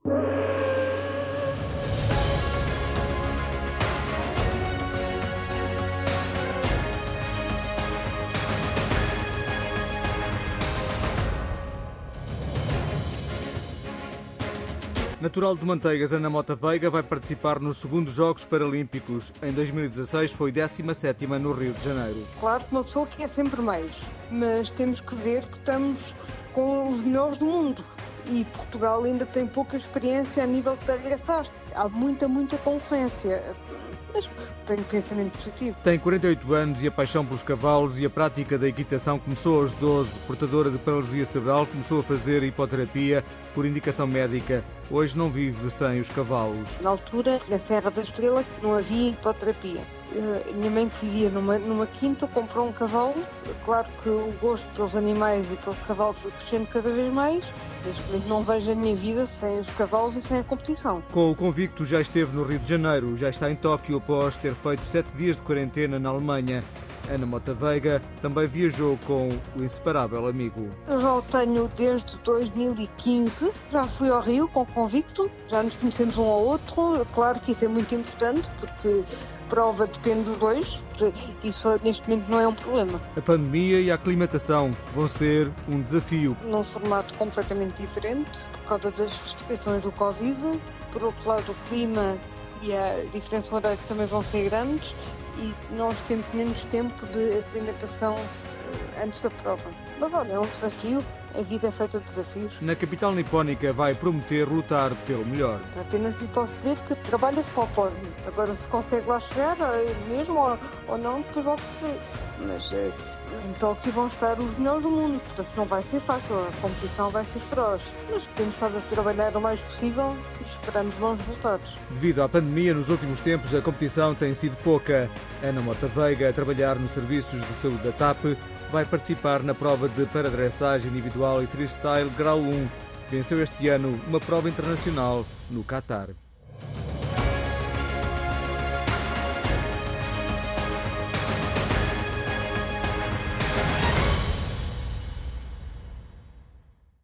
Natural de Manteigas, Ana Mota Veiga vai participar nos segundos Jogos Paralímpicos. Em 2016 foi 17ª no Rio de Janeiro. Claro que uma pessoa quer sempre mais, mas temos que ver que estamos com os melhores do mundo. E Portugal ainda tem pouca experiência a nível de dressage. Há muita concorrência, mas tenho pensamento positivo. Tem 48 anos e a paixão pelos cavalos e a prática da equitação começou aos 12. Portadora de paralisia cerebral, começou a fazer hipoterapia por indicação médica. Hoje não vive sem os cavalos. Na altura, na Serra da Estrela, não havia hipoterapia. Minha mãe que vivia numa quinta, comprou um cavalo. Claro que o gosto pelos animais e pelos cavalos foi crescendo cada vez mais. Neste momento não vejo a minha vida sem os cavalos e sem a competição. Com o convicto já esteve no Rio de Janeiro, já está em Tóquio após ter feito 7 dias de quarentena na Alemanha. Ana Mota Veiga também viajou com o inseparável amigo. Eu já o tenho desde 2015. Já fui ao Rio com convicto, já nos conhecemos um ao outro. Claro que isso é muito importante, porque prova depende dos dois. Isso neste momento não é um problema. A pandemia e a aclimatação vão ser um desafio. Num formato completamente diferente, por causa das restrições do Covid. Por outro lado, o clima e a diferença horária também vão ser grandes. E nós temos menos tempo de aclimatação antes da prova. Mas olha, é um desafio, a vida é feita de desafios. Na capital nipónica vai prometer lutar pelo melhor. Apenas lhe posso dizer que trabalha-se para o pódio. Agora, se consegue lá chegar, mesmo ou não, depois logo se vê. Mas em Tóquio vão estar os melhores do mundo, portanto não vai ser fácil, a competição vai ser feroz. Mas temos estado a trabalhar o mais possível e esperamos bons resultados. Devido à pandemia, nos últimos tempos a competição tem sido pouca. Ana Mota Veiga, a trabalhar nos serviços de saúde da TAP, vai participar na prova de paradressagem individual e freestyle grau 1. Venceu este ano uma prova internacional no Catar.